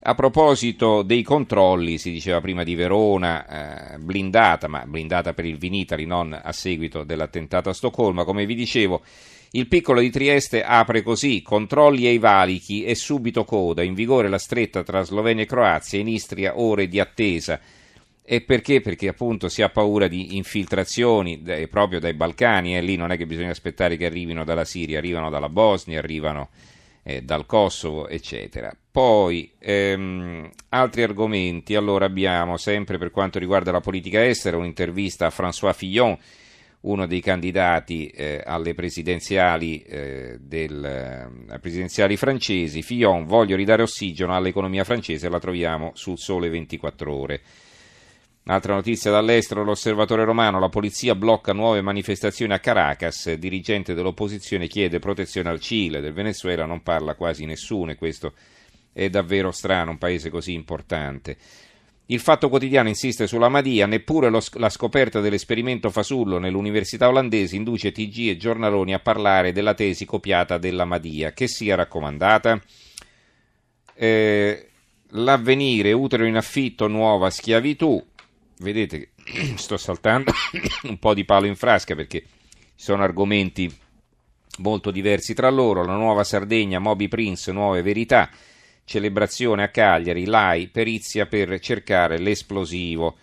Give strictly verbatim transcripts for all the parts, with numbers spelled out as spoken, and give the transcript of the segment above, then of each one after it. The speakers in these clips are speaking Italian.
A proposito dei controlli, si diceva prima di Verona, eh, blindata, ma blindata per il Vinitali, non a seguito dell'attentato a Stoccolma. Come vi dicevo, il piccolo di Trieste apre così: controlli ai valichi e subito coda, in vigore la stretta tra Slovenia e Croazia, in Istria ore di attesa. E perché? Perché appunto si ha paura di infiltrazioni eh, proprio dai Balcani, e eh, lì non è che bisogna aspettare che arrivino dalla Siria, arrivano dalla Bosnia, arrivano eh, dal Kosovo, eccetera. Poi ehm, altri argomenti. Allora abbiamo, sempre per quanto riguarda la politica estera, un'intervista a François Fillon, uno dei candidati eh, alle presidenziali, eh, del, eh, presidenziali francesi. Fillon: voglio ridare ossigeno all'economia francese, la troviamo sul Sole ventiquattro Ore. Un'altra notizia dall'estero, l'Osservatore Romano: la polizia blocca nuove manifestazioni a Caracas, dirigente dell'opposizione chiede protezione al Cile, del Venezuela non parla quasi nessuno, e questo è davvero strano, un paese così importante. Il Fatto Quotidiano insiste sulla Madia: neppure lo, la scoperta dell'esperimento fasullo nell'università olandese induce T G e giornaloni a parlare della tesi copiata della Madia, che sia raccomandata. Eh, L'Avvenire: utero in affitto, nuova schiavitù. Vedete che sto saltando un po' di palo in frasca perché sono argomenti molto diversi tra loro. La Nuova Sardegna, Moby Prince, nuove verità. Celebrazione a Cagliari, l'A I, perizia per cercare l'esplosivo.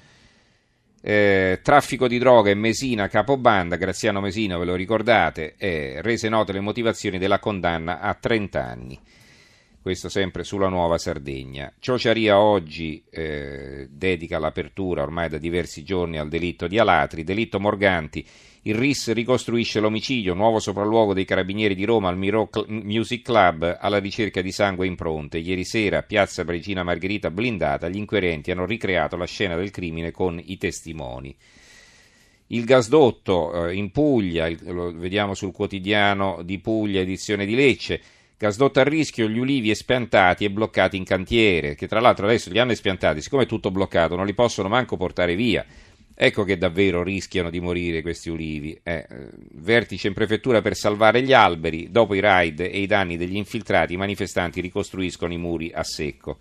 Eh, traffico di droga in Mesina, capobanda, Graziano Mesina, ve lo ricordate, eh, rese note le motivazioni della condanna a trenta anni. Questo sempre sulla Nuova Sardegna. Ciociaria oggi eh, dedica l'apertura ormai da diversi giorni al delitto di Alatri. Delitto Morganti: il R I S ricostruisce l'omicidio, nuovo sopralluogo dei Carabinieri di Roma al Miro Music Club alla ricerca di sangue e impronte. Ieri sera, piazza Regina Margherita blindata, gli inquirenti hanno ricreato la scena del crimine con i testimoni. Il gasdotto eh, in Puglia, il, lo vediamo sul quotidiano di Puglia, edizione di Lecce. Gasdotto a rischio, gli ulivi espiantati e bloccati in cantiere, che tra l'altro adesso li hanno espiantati, siccome è tutto bloccato non li possono manco portare via. Ecco che davvero rischiano di morire questi ulivi. Eh, vertice in prefettura per salvare gli alberi, dopo i raid e i danni degli infiltrati i manifestanti ricostruiscono i muri a secco.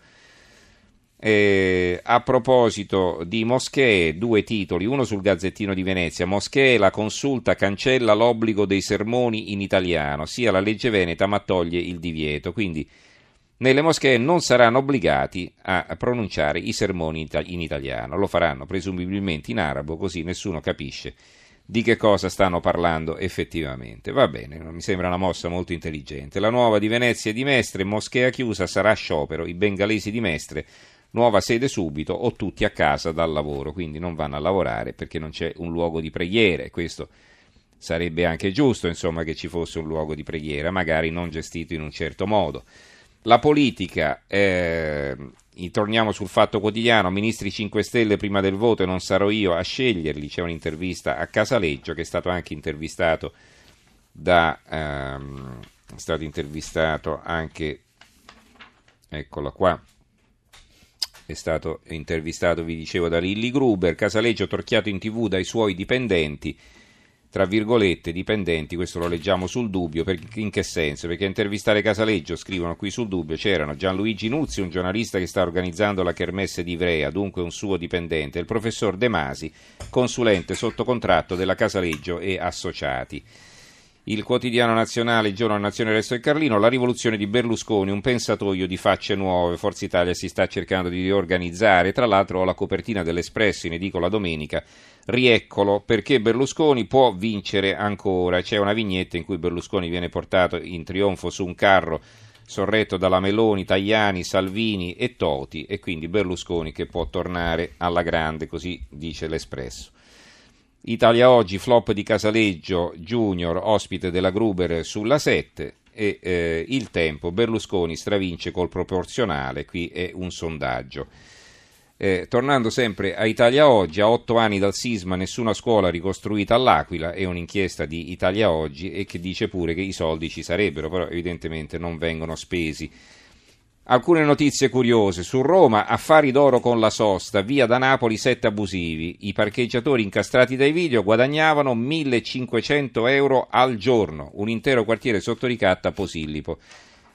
Eh, a proposito di moschee, due titoli, uno sul Gazzettino di Venezia: moschee, la consulta cancella l'obbligo dei sermoni in italiano, sia la legge veneta ma toglie il divieto, quindi nelle moschee non saranno obbligati a pronunciare i sermoni in italiano, lo faranno presumibilmente in arabo, così nessuno capisce di che cosa stanno parlando effettivamente. Va bene, mi sembra una mossa molto intelligente. La Nuova di Venezia e di Mestre: moschea chiusa, sarà sciopero, i bengalesi di Mestre, nuova sede subito o tutti a casa dal lavoro, quindi non vanno a lavorare perché non c'è un luogo di preghiera, e questo sarebbe anche giusto, insomma, che ci fosse un luogo di preghiera, magari non gestito in un certo modo. La politica, eh, torniamo sul Fatto Quotidiano: ministri cinque Stelle prima del voto e non sarò io a sceglierli. C'è un'intervista a Casaleggio, che è stato anche intervistato da ehm, è stato intervistato anche, eccola qua, è stato intervistato, vi dicevo, da Lilli Gruber. Casaleggio torchiato in tv dai suoi dipendenti, tra virgolette dipendenti, questo lo leggiamo sul Dubbio. Per, in che senso? Perché a intervistare Casaleggio, scrivono qui sul Dubbio, c'erano Gianluigi Nuzzi, un giornalista che sta organizzando la Kermesse di Ivrea, dunque un suo dipendente, e il professor De Masi, consulente sotto contratto della Casaleggio e Associati. Il Quotidiano Nazionale, il Giorno della Nazione, Resto del Carlino: la rivoluzione di Berlusconi, un pensatoio di facce nuove, Forza Italia si sta cercando di riorganizzare. Tra l'altro ho la copertina dell'Espresso in edicola domenica, rieccolo perché Berlusconi può vincere ancora. C'è una vignetta in cui Berlusconi viene portato in trionfo su un carro sorretto dalla Meloni, Tajani, Salvini e Toti, e quindi Berlusconi che può tornare alla grande, così dice l'Espresso. Italia Oggi: flop di Casaleggio Junior, ospite della Gruber sulla sette. E eh, Il Tempo: Berlusconi stravince col proporzionale, qui è un sondaggio. Eh, tornando sempre a Italia Oggi: a otto anni dal sisma nessuna scuola ricostruita all'Aquila, è un'inchiesta di Italia Oggi, e che dice pure che i soldi ci sarebbero, però evidentemente non vengono spesi. Alcune notizie curiose su Roma: affari d'oro con la sosta, via da Napoli sette abusivi, i parcheggiatori incastrati dai video guadagnavano millecinquecento euro al giorno, un intero quartiere sotto ricatto a Posillipo.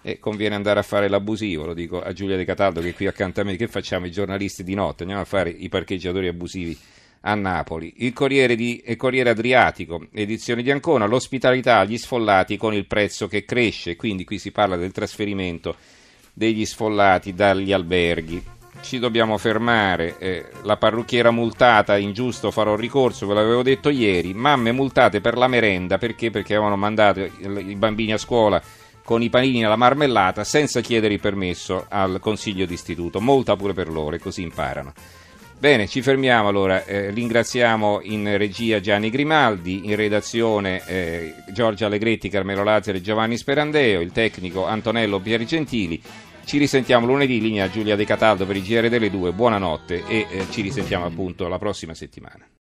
e conviene andare a fare l'abusivo, lo dico a Giulia De Cataldo che è qui accanto a me. Che facciamo i giornalisti di notte? Andiamo a fare i parcheggiatori abusivi a Napoli. Il Corriere, di, il Corriere Adriatico, edizione di Ancona, l'ospitalità agli sfollati con il prezzo che cresce, quindi qui si parla del trasferimento degli sfollati dagli alberghi. Ci dobbiamo fermare, eh, la parrucchiera multata, ingiusto, farò ricorso, ve l'avevo detto ieri, mamme multate per la merenda, perché? Perché avevano mandato i bambini a scuola con i panini alla marmellata senza chiedere il permesso al consiglio d'istituto, multa pure per loro e così imparano. Bene, ci fermiamo allora, eh, ringraziamo in regia Gianni Grimaldi, in redazione eh, Giorgia Allegretti, Carmelo Lazzaro e Giovanni Sperandeo, il tecnico Antonello Piergentili. Ci risentiamo lunedì, linea Giulia De Cataldo per il G R delle due, buonanotte e eh, ci risentiamo appunto la prossima settimana.